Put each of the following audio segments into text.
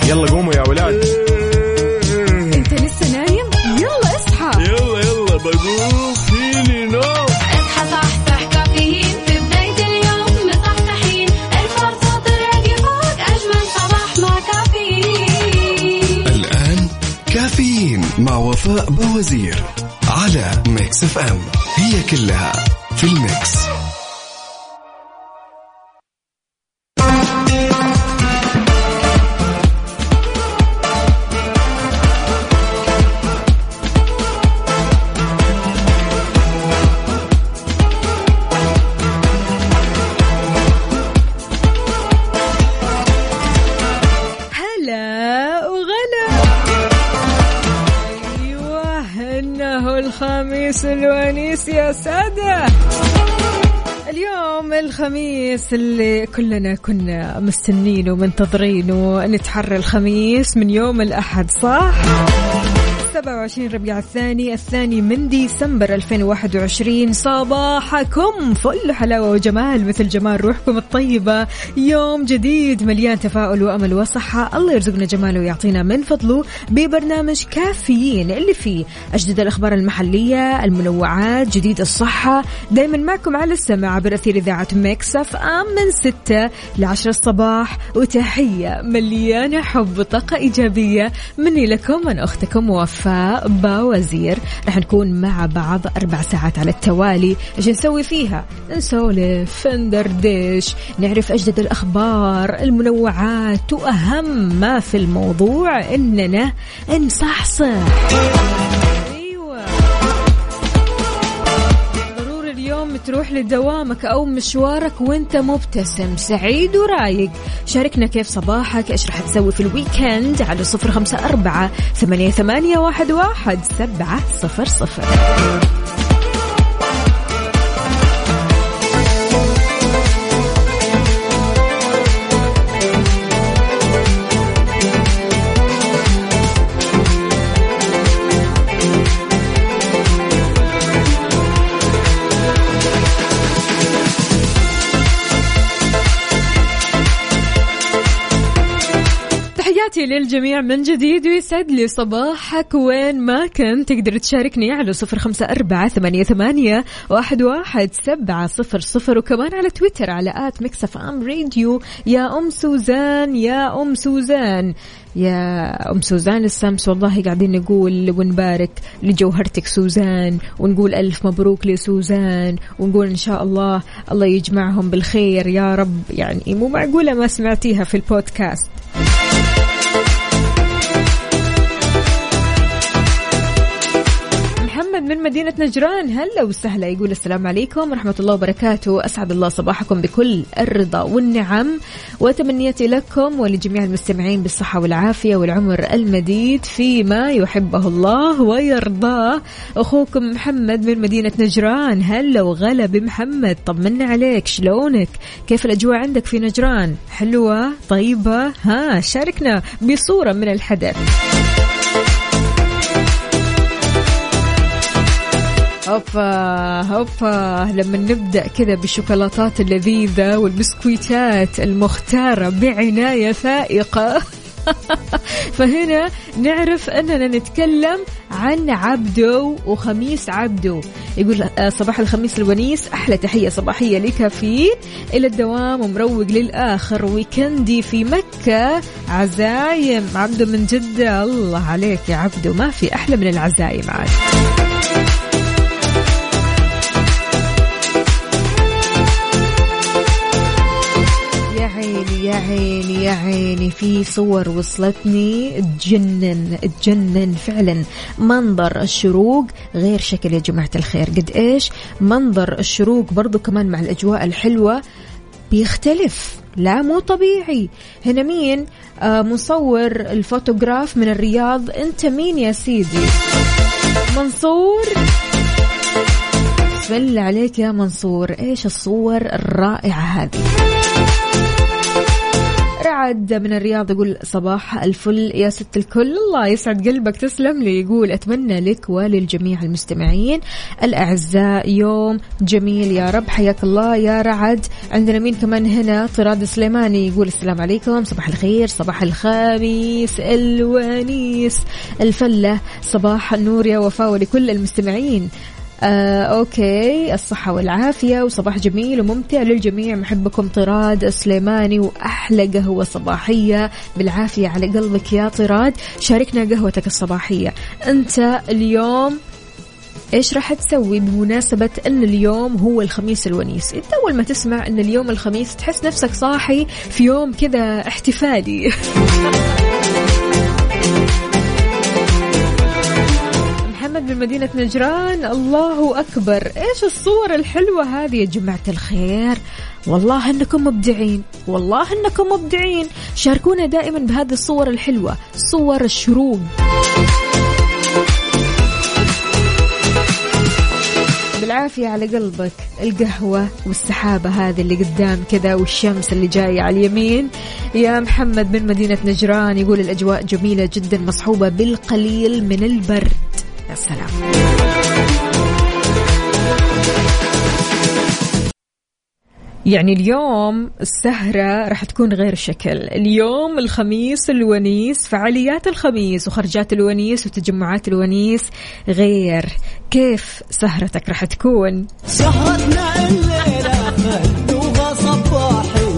يلا قوموا يا ولاد. انت لسه نايم؟ يلا اصحى. يلا بقوم فيني نوم. اصحى صحصح كافيين في بداية اليوم مصحصحين. الفرصة تراقي فوق أجمل صباح مع كافيين. الآن كافيين مع وفاء بوزير على ميكس اف ام. هي كلها في الميكس. الخميس الونيس يا سادة. اليوم الخميس اللي كلنا كنا مستنين ومنتظرينه، نتحرى الخميس من يوم الأحد، صح؟ 27 ربيع الثاني من ديسمبر 2021. صباحكم فل حلاوة وجمال مثل جمال روحكم الطيبة. يوم جديد مليان تفاؤل وأمل وصحة. الله يرزقنا جماله ويعطينا من فضله ببرنامج كافيين اللي فيه أجدد الأخبار المحلية، المنوعات، جديد الصحة، دايما معكم على السماع عبر أثير إذاعة ميكس اف ام من 6 ل10 الصباح. وتحية مليانة حب وطاقة إيجابية مني لكم من أختكم وفاء باوزير. رح نكون مع بعض 4 ساعات على التوالي. ايش نسوي فيها؟ نسولف، ندردش، نعرف أجدد الأخبار، المنوعات، وأهم ما في الموضوع إننا نصحصح. تروح لدوامك أو مشوارك وانت مبتسم سعيد ورايق. شاركنا كيف صباحك، ايش رح تسوي في الويكند على 0548811700. للجميع من جديد ويسعد لي صباحك وين ما كنت. تقدر تشاركني على 0548811700 وكمان على تويتر على @mixfamradio. يا أم سوزان، يا أم سوزان، يا أم سوزان السمس، والله قاعدين نقول ونبارك لجوهرتك سوزان، ونقول ألف مبروك لسوزان، ونقول إن شاء الله الله يجمعهم بالخير يا رب. يعني مو معقولة ما سمعتيها في البودكاست. من مدينة نجران هلا وسهلا، يقول السلام عليكم ورحمة الله وبركاته. أسعد الله صباحكم بكل الرضا والنعم، وتمنيتي لكم ولجميع المستمعين بالصحة والعافية والعمر المديد فيما يحبه الله ويرضاه. أخوكم محمد من مدينة نجران. هلا وغلا بمحمد، طمنا عليك، شلونك؟ كيف الأجواء عندك في نجران؟ حلوة طيبة؟ ها شاركنا بصورة من الحدث. هوبا لما نبدأ كذا بالشوكولاتات اللذيذة والبسكويتات المختارة بعناية فائقة فهنا نعرف أننا نتكلم عن عبدو وخميس عبدو. يقول صباح الخميس الونيس، أحلى تحية صباحية لكافيين إلى الدوام ومروق للآخر، ويكندي في مكة عزايم. عبدو من جدة، الله عليك يا عبدو، ما في أحلى من العزايم عاد. يا عيني في صور وصلتني تجنن فعلا. منظر الشروق غير شكل يا جماعة الخير، قد إيش منظر الشروق برضو كمان مع الأجواء الحلوة بيختلف، لا مو طبيعي. هنا مين مصور الفوتوغراف من الرياض؟ انت مين يا سيدي؟ منصور، بسم الله عليك يا منصور، ايش الصور الرائعة هذه. رعد من الرياض يقول صباح الفل يا ست الكل، الله يسعد قلبك، تسلم لي. يقول أتمنى لك وللجميع المستمعين الأعزاء يوم جميل يا رب. حياك الله يا رعد. عندنا مين كمان هنا؟ طراد سليماني يقول السلام عليكم، صباح الخير، صباح الخميس الونيس الفلة، صباح النور يا وفاء ولكل المستمعين. أوكي، الصحة والعافية وصباح جميل وممتع للجميع. محبكم طراد سليماني، وأحلى قهوة صباحية بالعافية على قلبك يا طراد. شاركنا قهوتك الصباحية. أنت اليوم إيش راح تسوي بمناسبة أن اليوم هو الخميس الونيس؟ أنت أول ما تسمع أن اليوم الخميس تحس نفسك صاحي في يوم كذا احتفالي. محمد من مدينة نجران، الله أكبر، إيش الصور الحلوة هذه يا جماعة الخير، والله إنكم مبدعين، والله إنكم مبدعين. شاركونا دائما بهذه الصور الحلوة، صور الشروق. بالعافية على قلبك القهوة والسحابة هذه اللي قدام كذا والشمس اللي جاية على اليمين. يا محمد من مدينة نجران يقول الأجواء جميلة جدا مصحوبة بالقليل من البرد. يا سلام. يعني اليوم السهرة راح تكون غير شكل. اليوم الخميس الونيس، فعاليات الخميس وخرجات الونيس وتجمعات الونيس غير. كيف سهرتك راح تكون؟ سهرتنا الليلة مهدوغة صباحي،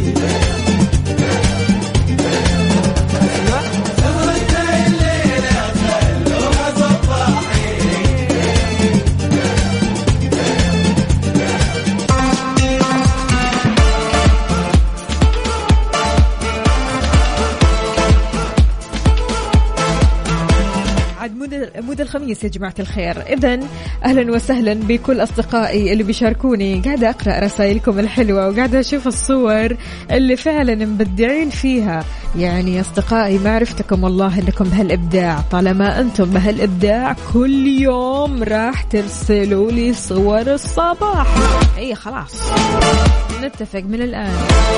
مود الخميس يا جماعة الخير. إذن أهلا وسهلا بكل أصدقائي اللي بيشاركوني. قاعدة أقرأ رسائلكم الحلوة وقاعدة أشوف الصور اللي فعلا مبدعين فيها. يعني أصدقائي ما عرفتكم والله إنكم بهالإبداع. طالما أنتم بهالإبداع كل يوم راح ترسلوا لي صور الصباح. أي خلاص نتفق من الآن.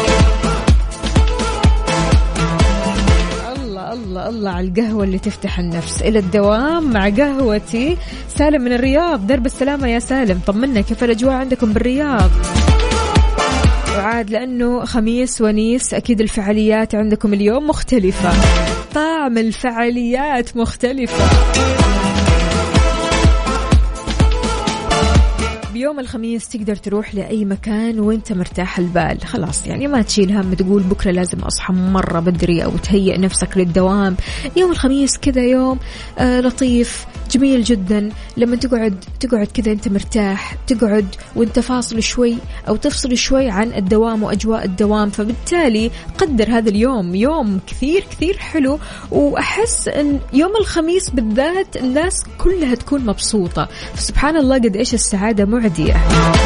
الله الله على القهوة اللي تفتح النفس. إلى الدوام مع قهوتي. سالم من الرياض، درب السلامة يا سالم، طمنا كيف الأجواء عندكم بالرياض؟ وعاد لأنه خميس ونيس أكيد الفعاليات عندكم اليوم مختلفة، طعم الفعاليات مختلفة. بيوم الخميس تقدر تروح لأي مكان وانت مرتاح البال، خلاص يعني ما تشيل هم تقول بكرة لازم أصحى مرة بدري أو تهيئ نفسك للدوام. يوم الخميس كذا يوم لطيف جميل جدا، لما تقعد كذا انت مرتاح، تقعد وانت فاصل شوي أو تفصل شوي عن الدوام وأجواء الدوام. فبالتالي قدر هذا اليوم يوم كثير كثير حلو. وأحس أن يوم الخميس بالذات الناس كلها تكون مبسوطة، فسبحان الله قد إيش السعادة معدية.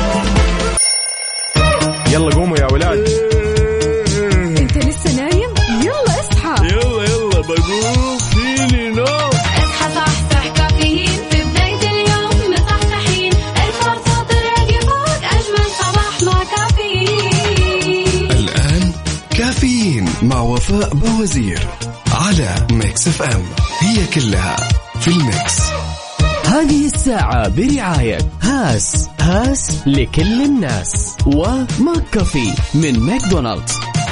يلا قوموا يا ولاد. انت لسه نايم؟ يلا اصحى. يلا بقوم فيني نوم. اصحى صحصح كافيين في بداية اليوم مصحصحين، الفرصة تراقي فوق أجمل صباح مع كافيين. الآن كافيين مع وفاء بوزير على ميكس اف ام، هي كلها في الميكس. هذه الساعة برعاية هاس لكل الناس، وماك كافي من ماكدونالدز.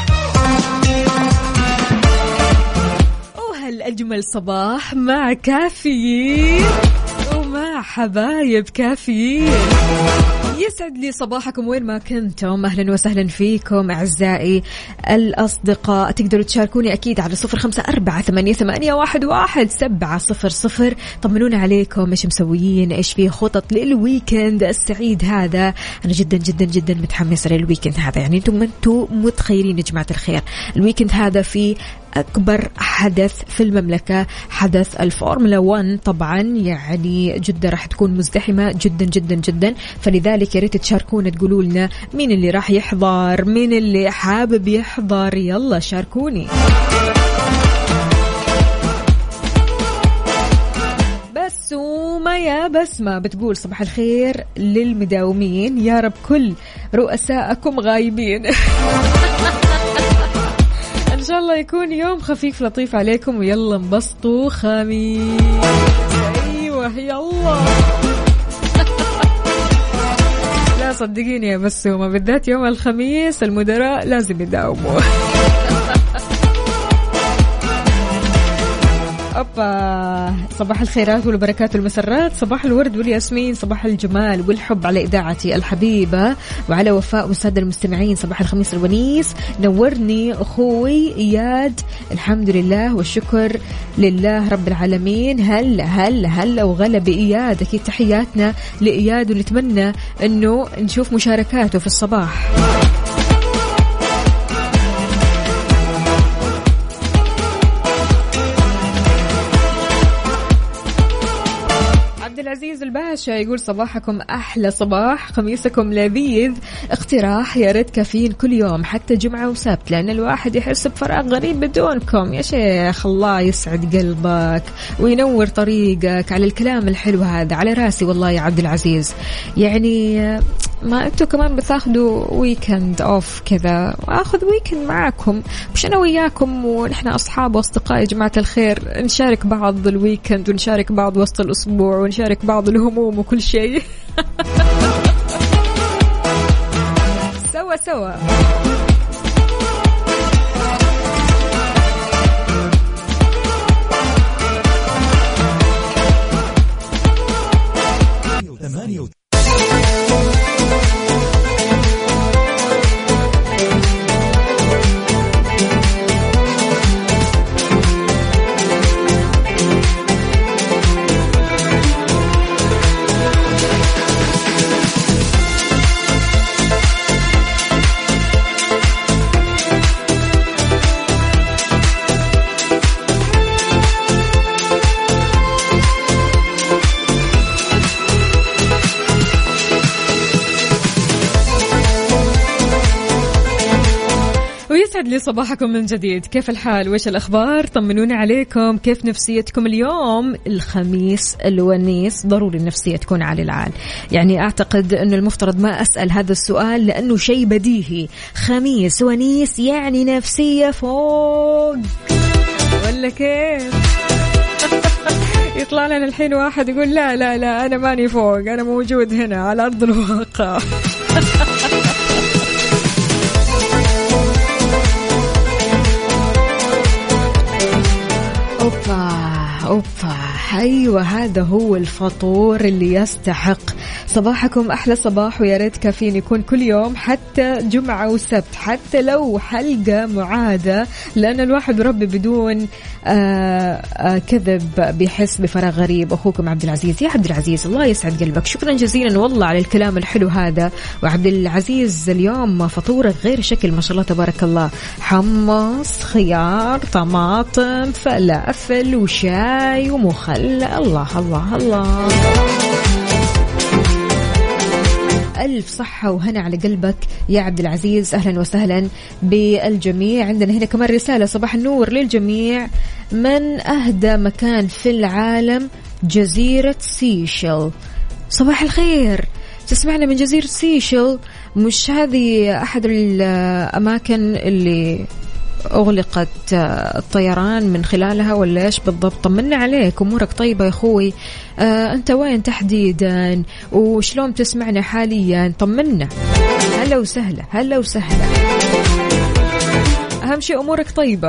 أجمل صباح مع كافيين ومع حبايب كافيين. يسعد لي صباحكم وين ما كنتم، أهلا وسهلا فيكم أعزائي الأصدقاء. تقدروا تشاركوني أكيد على 0548811700. طمنونا عليكم، إيش مسويين، إيش في خطط للويكند السعيد هذا. أنا جدا جدا جدا متحمسة للويكند هذا. يعني أنتم متخيلين يا جماعة الخير الويكند هذا في أكبر حدث في المملكة، حدث الفورمولا 1. طبعا يعني جدة راح تكون مزدحمة جدا جدا جدا، فلذلك يا ريت تشاركونا تقولوا لنا مين اللي راح يحضر، مين اللي حابب يحضر. يلا شاركوني. بسومة يا بسمة بتقول صباح الخير للمداومين، يا رب كل رؤسائكم غايبين. إن شاء الله يكون يوم خفيف لطيف عليكم، ويلا انبسطوا خميس. ايوه يلا. لا صدقيني يا بسومة، بالذات يوم الخميس المدراء لازم يداوموا. أوبا، صباح الخيرات والبركات والمسرات، صباح الورد والياسمين، صباح الجمال والحب على إذاعتي الحبيبة وعلى وفاء والسادة المستمعين. صباح الخميس الونيس، نورني أخوي إياد. الحمد لله والشكر لله رب العالمين. هلا هلا هلا وغلا بإياد، أكيد تحياتنا لإياد، ونتمنى أنه نشوف مشاركاته في الصباح. العزيز الباشا يقول صباحكم أحلى صباح، خميسكم لذيذ، اقتراح يا ريت كافيين كل يوم حتى جمعة وسبت، لأن الواحد يحس بفراغ غريب بدونكم. يا شيخ الله يسعد قلبك وينور طريقك على الكلام الحلو هذا، على راسي والله يا عبد العزيز. يعني ما أنتوا كمان بتاخدوا ويكند أوف كذا، وأخذ ويكند معاكم، مش أنا وياكم ونحن أصحاب وأصدقاء يا جماعة الخير، نشارك بعض الويكند ونشارك بعض وسط الأسبوع ونشارك بعض الهموم وكل شيء. سوا سوا. يسعد لي صباحكم من جديد. كيف الحال وإيش الأخبار؟ طمنوني عليكم، كيف نفسيتكم اليوم؟ الخميس الونيس ضروري النفسية تكون على العال. يعني أعتقد أنه المفترض ما أسأل هذا السؤال لأنه شيء بديهي. خميس ونيس يعني نفسية فوق، ولا كيف؟ يطلع لنا الحين واحد يقول لا لا لا أنا ماني فوق، أنا موجود هنا على أرض الواقع. أوبا أيوة، هذا هو الفطور اللي يستحق. صباحكم أحلى صباح، ويا ريت كافيين يكون كل يوم حتى جمعة وسبت، حتى لو حلقة معادة، لأن الواحد ربي بدون كذب بيحس بفراغ غريب. أخوكم عبد العزيز. يا عبد العزيز الله يسعد قلبك، شكرا جزيلا والله على الكلام الحلو هذا. وعبد العزيز اليوم فطورك غير شكل ما شاء الله تبارك الله، حمص، خيار، طماطم، فلافل وشاي ومخلل. الله الله الله، ألف صحة وهنا على قلبك يا عبد العزيز. أهلا وسهلا بالجميع. عندنا هنا كمان رسالة، صباح النور للجميع. من أهدى مكان في العالم؟ جزيرة سيشل. صباح الخير، تسمعنا من جزيرة سيشل؟ مش هذه أحد الأماكن اللي أغلقت الطيران من خلالها ولا إيش بالضبط؟ طمنا عليك، أمورك طيبة يا أخوي؟ أنت وين تحديدا وشلون تسمعنا حاليا؟ طمنا. هلا وسهلا هلا وسهلا، أهم شيء أمورك طيبة.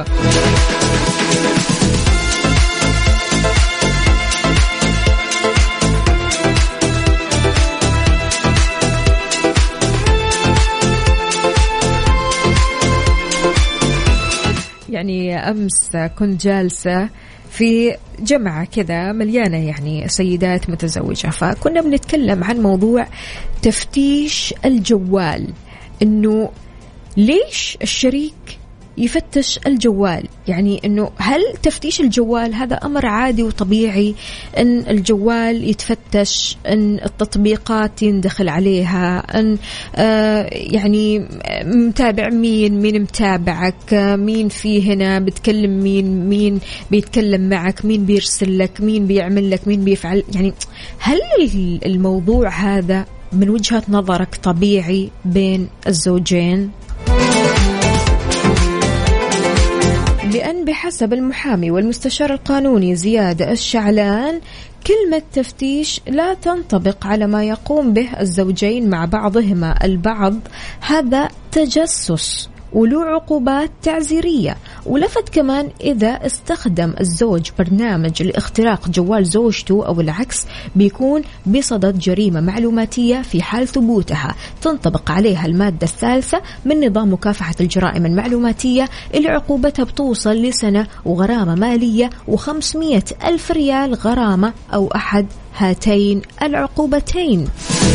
يعني أمس كنت جالسة في جمعة كذا مليانة يعني سيدات متزوجة، فكنا بنتكلم عن موضوع تفتيش الجوال، إنه ليش الشريك يفتش الجوال؟ يعني إنه هل تفتيش الجوال هذا أمر عادي وطبيعي أن الجوال يتفتش، أن التطبيقات يندخل عليها، أن يعني متابع مين متابعك، مين في هنا بتكلم مين بيتكلم معك، مين بيرسل لك، مين بيعمل لك، مين بيفعل؟ يعني هل الموضوع هذا من وجهة نظرك طبيعي بين الزوجين؟ لأن بحسب المحامي والمستشار القانوني زياد الشعلان كلمة تفتيش لا تنطبق على ما يقوم به الزوجين مع بعضهما البعض، هذا تجسس وله عقوبات تعزيرية. ولفت كمان إذا استخدم الزوج برنامج لاختراق جوال زوجته أو العكس بيكون بصدد جريمة معلوماتية في حال ثبوتها، تنطبق عليها المادة الثالثة من نظام مكافحة الجرائم المعلوماتية اللي عقوبتها بتوصل لسنة وغرامة مالية و500,000 ريال غرامة أو أحد هاتين العقوبتين.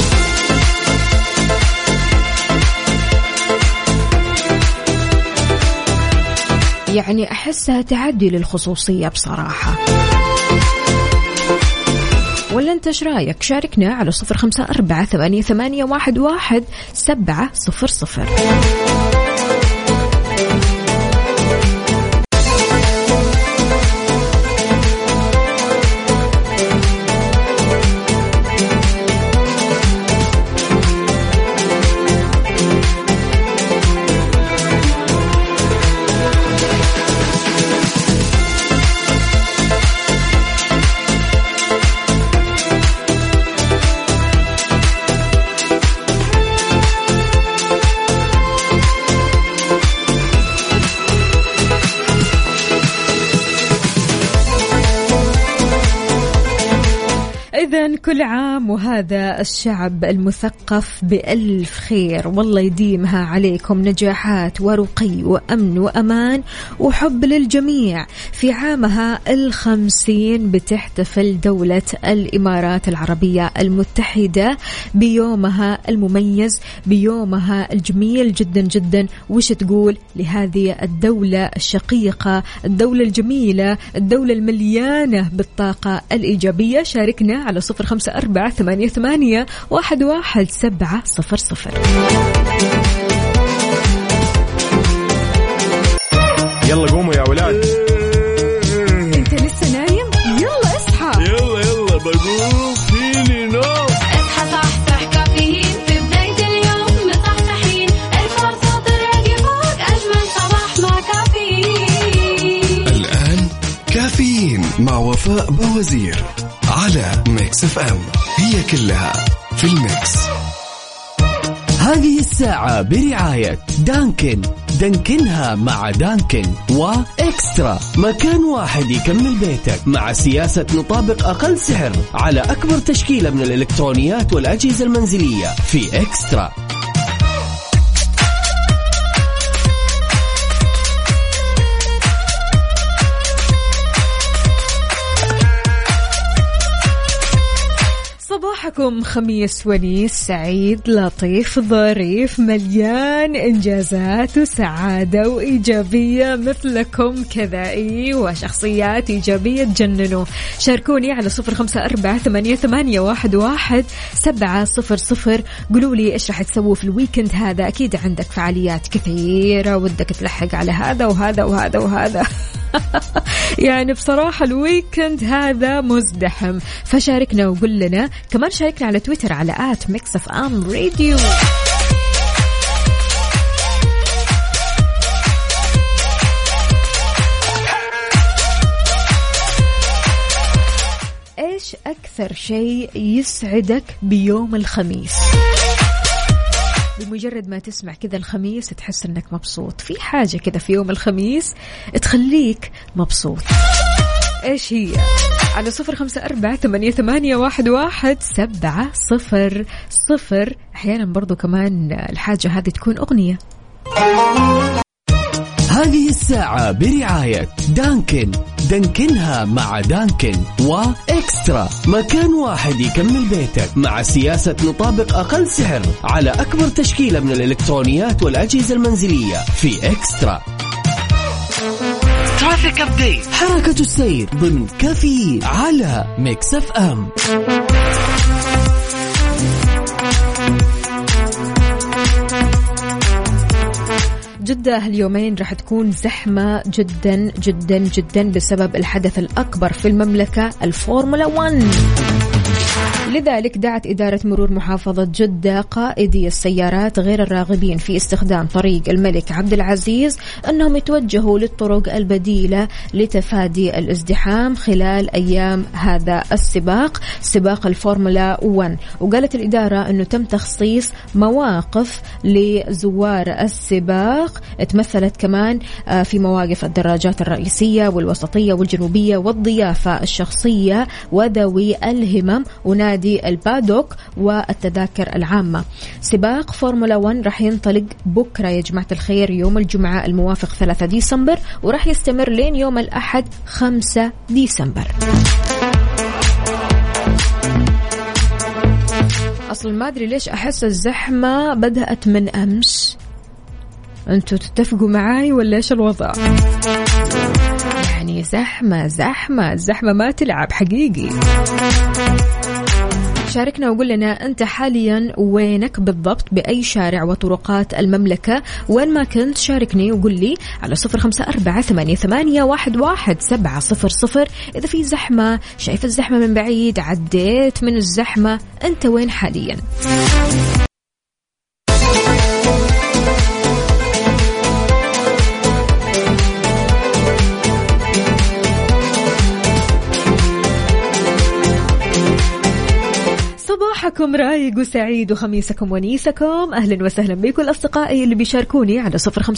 يعني أحسها تعدي للخصوصية بصراحة. ولا أنت ايش رايك؟ شاركنا على 0548811700. إذن كل عام وهذا الشعب المثقف بألف خير، والله يديمها عليكم نجاحات ورقي وأمن وأمان وحب للجميع. في عامها 50 بتحتفل دولة الإمارات العربية المتحدة بيومها المميز، بيومها الجميل جدا جدا. وش تقول لهذه الدولة الشقيقة، الدولة الجميلة، الدولة المليانة بالطاقة الإيجابية؟ شاركنا على 0548811700. يلا قوموا يا ولاد. انت لسه نايم؟ يلا اصحى. يلا بقوم فيني نوم. اصحى صحصح كافيين في بداية اليوم مصحصحين، الفرصة تراقي فوق أجمل صباح مع كافيين. الآن كافيين مع وفاء بوزير على ميكس اف ام، هي كلها في الميكس. هذه الساعة برعاية دانكن، دانكنها مع دانكن، وإكسترا، مكان واحد يكمل بيتك مع سياسة نطابق أقل سعر على أكبر تشكيلة من الإلكترونيات والأجهزة المنزلية في إكسترا. صباحكم خميس ونيس سعيد لطيف ظريف مليان إنجازات وسعادة وإيجابية مثلكم كذا، وشخصيات إيجابية تجننوا. شاركوني على 0548811700. قولوا لي إيش راح تسووا في الويكند هذا؟ أكيد عندك فعاليات كثيرة ودك تلحق على هذا وهذا وهذا وهذا. يعني بصراحة الويكند هذا مزدحم، فشاركنا وقول لنا. كمان شاركنا على تويتر على @mixfmradio. إيش أكثر شيء يسعدك بيوم الخميس؟ بمجرد ما تسمع كذا الخميس تحس انك مبسوط في حاجة كذا في يوم الخميس تخليك مبسوط. ايش هي؟ على 0548811700. احيانا برضو كمان الحاجة هذه تكون اغنية. هذه الساعة برعاية دانكن، دانكنها مع دانكن، وإكسترا، مكان واحد يكمل بيتك مع سياسة نطابق أقل سعر على أكبر تشكيلة من الإلكترونيات والأجهزة المنزلية في إكسترا. ترافيك أبديت، حركة السير ضمن كافيين على ميكس اف ام. جدة هاليومين راح تكون زحمة جدا جدا جدا بسبب الحدث الأكبر في المملكة، الفورمولا 1. لذلك دعت إدارة مرور محافظة جدة قائدي السيارات غير الراغبين في استخدام طريق الملك عبد العزيز أنهم يتوجهوا للطرق البديلة لتفادي الازدحام خلال أيام هذا السباق، سباق الفورمولا 1. وقالت الإدارة أنه تم تخصيص مواقف لزوار السباق، تمثلت كمان في مواقف الدراجات الرئيسية والوسطية والجنوبية والضيافة الشخصية وذوي الهمم ونادي البادوك والتذاكر العامة. سباق فورمولا 1 راح ينطلق بكرة يا جماعة الخير يوم الجمعة الموافق 3 ديسمبر، وراح يستمر لين يوم الأحد 5 ديسمبر. أصلا ما أدري ليش أحس الزحمة بدأت من أمس، أنتوا تتفقوا معاي ولا إيش الوضع؟ يعني زحمة ما تلعب حقيقي. شاركنا وقول لنا أنت حاليا وينك بالضبط، بأي شارع وطرقات المملكة، وين ما كنت شاركني وقول لي على 0548811700. إذا في زحمة، شايف الزحمة من بعيد، عديت من الزحمة، أنت وين حاليا؟ صباحكم رايق وسعيد وخميسكم ونيسكم. أهلا وسهلا بكل أصدقائي اللي بيشاركوني على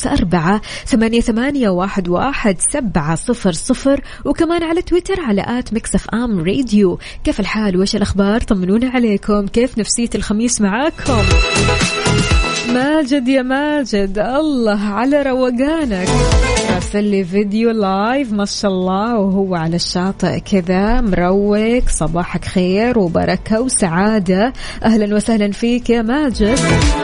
0548811700 وكمان على تويتر على @mixfmradio. كيف الحال وإيش الأخبار؟ طمنونا عليكم، كيف نفسية الخميس معاكم؟ ماجد يا ماجد، الله على روقانك، راسل لي فيديو لايف ما شاء الله وهو على الشاطئ كذا مروق. صباحك خير وبركة وسعادة، أهلا وسهلا فيك يا ماجد.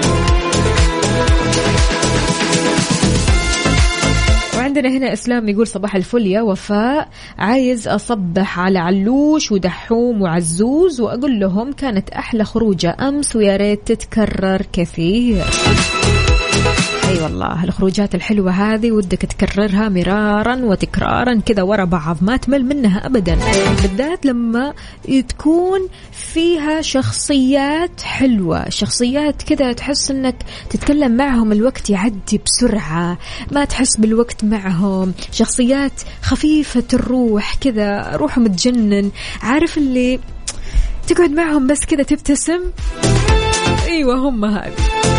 وعندنا هنا إسلام يقول صباح الفل يا وفاء، عايز أصبح على علوش ودحوم وعزوز وأقول لهم كانت أحلى خروجة أمس ويا ريت تتكرر كثير. أي والله الخروجات الحلوة هذه ودك تكررها مرارا وتكرارا كذا ورا بعض، ما تمل منها أبدا، بالذات لما تكون فيها شخصيات حلوة، شخصيات كذا تحس أنك تتكلم معهم الوقت يعدي بسرعة، ما تحس بالوقت معهم، شخصيات خفيفة الروح كذا، روحهم تجنن، عارف اللي تقعد معهم بس كذا تبتسم. أيوة هم هذه.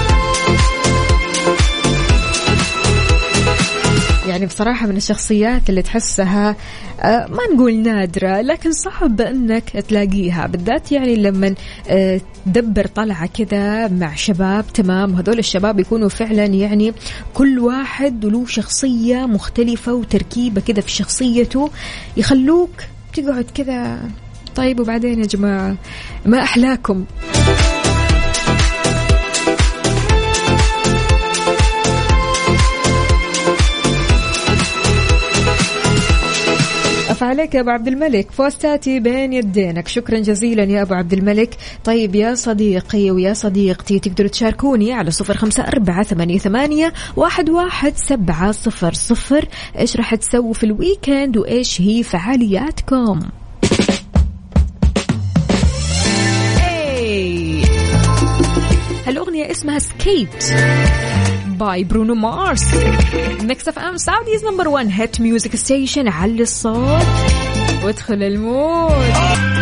يعني بصراحة من الشخصيات اللي تحسها ما نقول نادرة لكن صعب أنك تلاقيها، بالذات يعني لما تدبر طلعة كذا مع شباب. تمام، هذول الشباب يكونوا فعلا يعني كل واحد له شخصية مختلفة وتركيبة كذا في شخصيته، يخلوك تقعد كذا طيب وبعدين يا جماعة ما أحلاكم. عليك يا أبو عبد الملك، فوستاتي بين يدينك، شكرا جزيلا يا أبو عبد الملك. طيب يا صديقي ويا صديقتي تقدروا تشاركوني على 0548811700. إيش راح تسووا في الويكند وإيش هي فعالياتكم؟ هالأغنية اسمها سكيت باي برونو مارس. ميكس اف ام سعوديز نمبر 1 هيت ميوزك ستيشن. علي الصوت وادخل المود.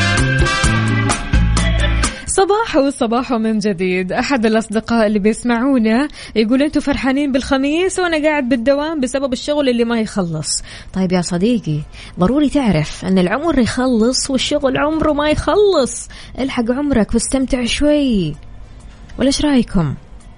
صباح من جديد. أحد الأصدقاء اللي بيسمعونا يقول أنتوا فرحانين بالخميس وأنا قاعد بالدوام بسبب الشغل اللي ما يخلص. طيب يا صديقي ضروري تعرف أن العمر يخلص والشغل عمره ما يخلص. الحق عمرك واستمتع شوي، ولا إيش رأيكم؟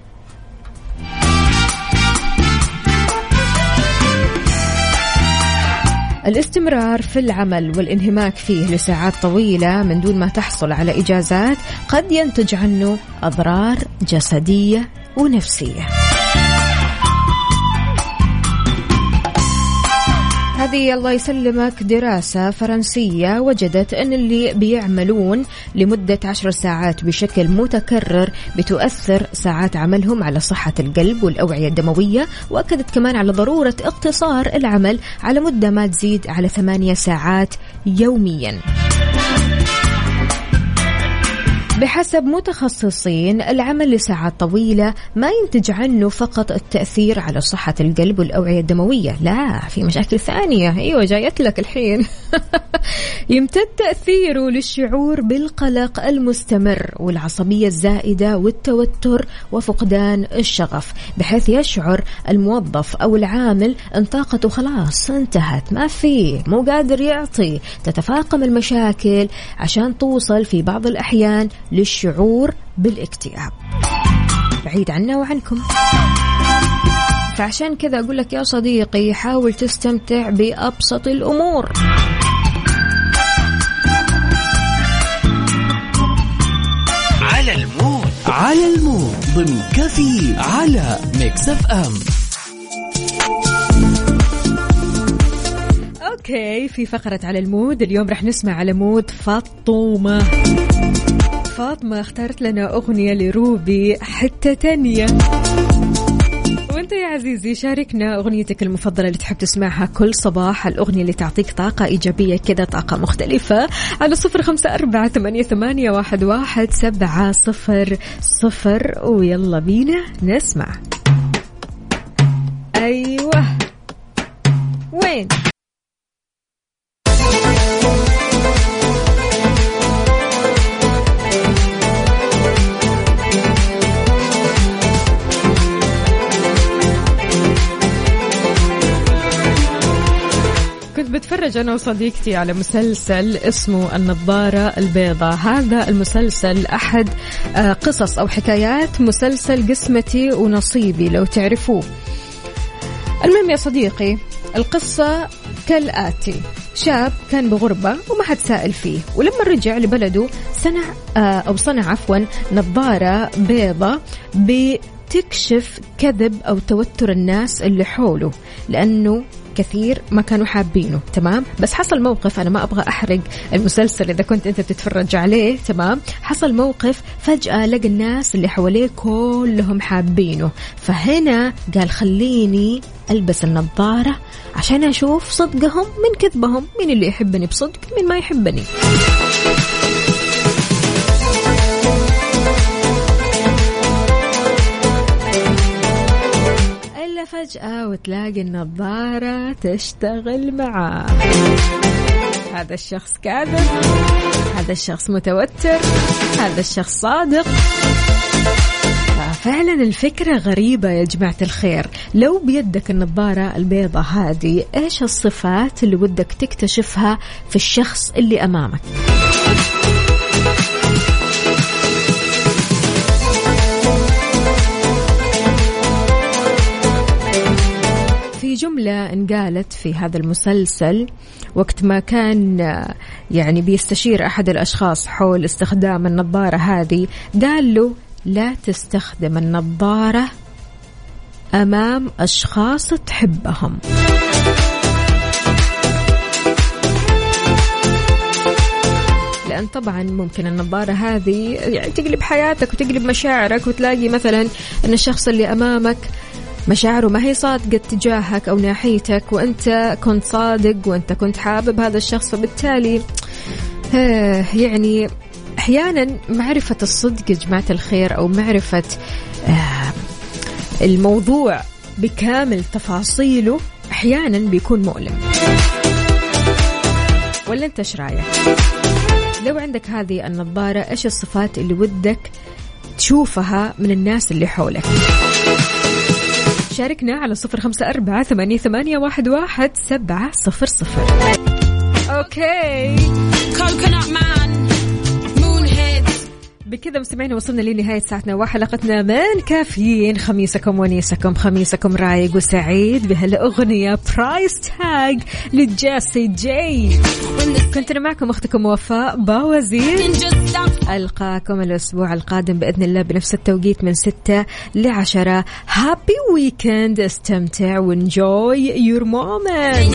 الاستمرار في العمل والانهماك فيه لساعات طويلة من دون ما تحصل على إجازات قد ينتج عنه أضرار جسدية ونفسية. هذه الله يسلمك دراسة فرنسية وجدت أن اللي بيعملون لمدة 10 ساعات بشكل متكرر بتؤثر ساعات عملهم على صحة القلب والأوعية الدموية، وأكدت كمان على ضرورة اقتصار العمل على مدة ما تزيد على 8 ساعات يوميا. بحسب متخصصين العمل لساعات طويلة ما ينتج عنه فقط التأثير على صحة القلب والأوعية الدموية، لا في مشاكل ثانية. أيوة جايت لك الحين. يمتد تأثيره للشعور بالقلق المستمر والعصبية الزائدة والتوتر وفقدان الشغف، بحيث يشعر الموظف أو العامل أن طاقته خلاص انتهت، ما فيه، مو قادر يعطي. تتفاقم المشاكل عشان توصل في بعض الأحيان للشعور بالاكتئاب، بعيد عنا وعنكم. فعشان كذا أقول لك يا صديقي حاول تستمتع بأبسط الأمور. على المود ضمن كافيين على ميكس اف ام. اوكي، في فقرة على المود اليوم رح نسمع على مود فاطمة اختارت لنا أغنية لروبي حتة تانية. وانت يا عزيزي شاركنا أغنيتك المفضلة اللي تحب تسمعها كل صباح، الأغنية اللي تعطيك طاقة إيجابية كده، طاقة مختلفة، على 0548811700. ويلا بينا نسمع. أيوة وين بتفرج أنا وصديقتي على مسلسل اسمه النظارة البيضاء. هذا المسلسل أحد قصص أو حكايات مسلسل قسمتي ونصيبي لو تعرفوه. المهم يا صديقي القصة كالآتي: شاب كان بغربة وما حد سائل فيه، ولما رجع لبلده صنع نظارة بيضاء بتكشف كذب أو توتر الناس اللي حوله، لأنه كثير ما كانوا حابينه. تمام، بس حصل موقف، أنا ما أبغى أحرق المسلسل إذا كنت أنت بتتفرج عليه. تمام، حصل موقف فجأة لقى الناس اللي حواليه كلهم حابينه، فهنا قال خليني ألبس النظارة عشان أشوف صدقهم من كذبهم، مين اللي يحبني بصدق مين ما يحبني. فجأة وتلاقي النظارة تشتغل معاه. هذا الشخص كاذب، هذا الشخص متوتر، هذا الشخص صادق. فعلا الفكرة غريبة يا جماعة الخير. لو بيدك النظارة البيضاء هذه، إيش الصفات اللي ودك تكتشفها في الشخص اللي أمامك؟ في جملة انقالت في هذا المسلسل وقت ما كان يعني بيستشير أحد الأشخاص حول استخدام النظارة هذه، قال له لا تستخدم النظارة أمام أشخاص تحبهم. لأن طبعا ممكن النظارة هذه يعني تقلب حياتك وتقلب مشاعرك، وتلاقي مثلا أن الشخص اللي أمامك مشاعره ما هي صادقة تجاهك أو ناحيتك، وأنت كنت صادق وأنت كنت حابب هذا الشخص. فبالتالي يعني أحيانا معرفة الصدق يا جماعة الخير أو معرفة الموضوع بكامل تفاصيله أحيانا بيكون مؤلم. ولا أنت إيش رأيك؟ لو عندك هذه النظارة إيش الصفات اللي ودك تشوفها من الناس اللي حولك؟ شاركنا على 0548811700. أوكي بكذا مستمعين وصلنا لنهاية ساعتنا وحلقتنا من كافيين. خميسكم ونيسكم، خميسكم رايق وسعيد بهالأغنية برايس تاج لجاسي جي. كنت أنا معكم أختكم وفاء باوزير، ألقاكم الأسبوع القادم بإذن الله بنفس التوقيت من 6 ل10. هابي ويكند، استمتع وانجوي يور مومنت.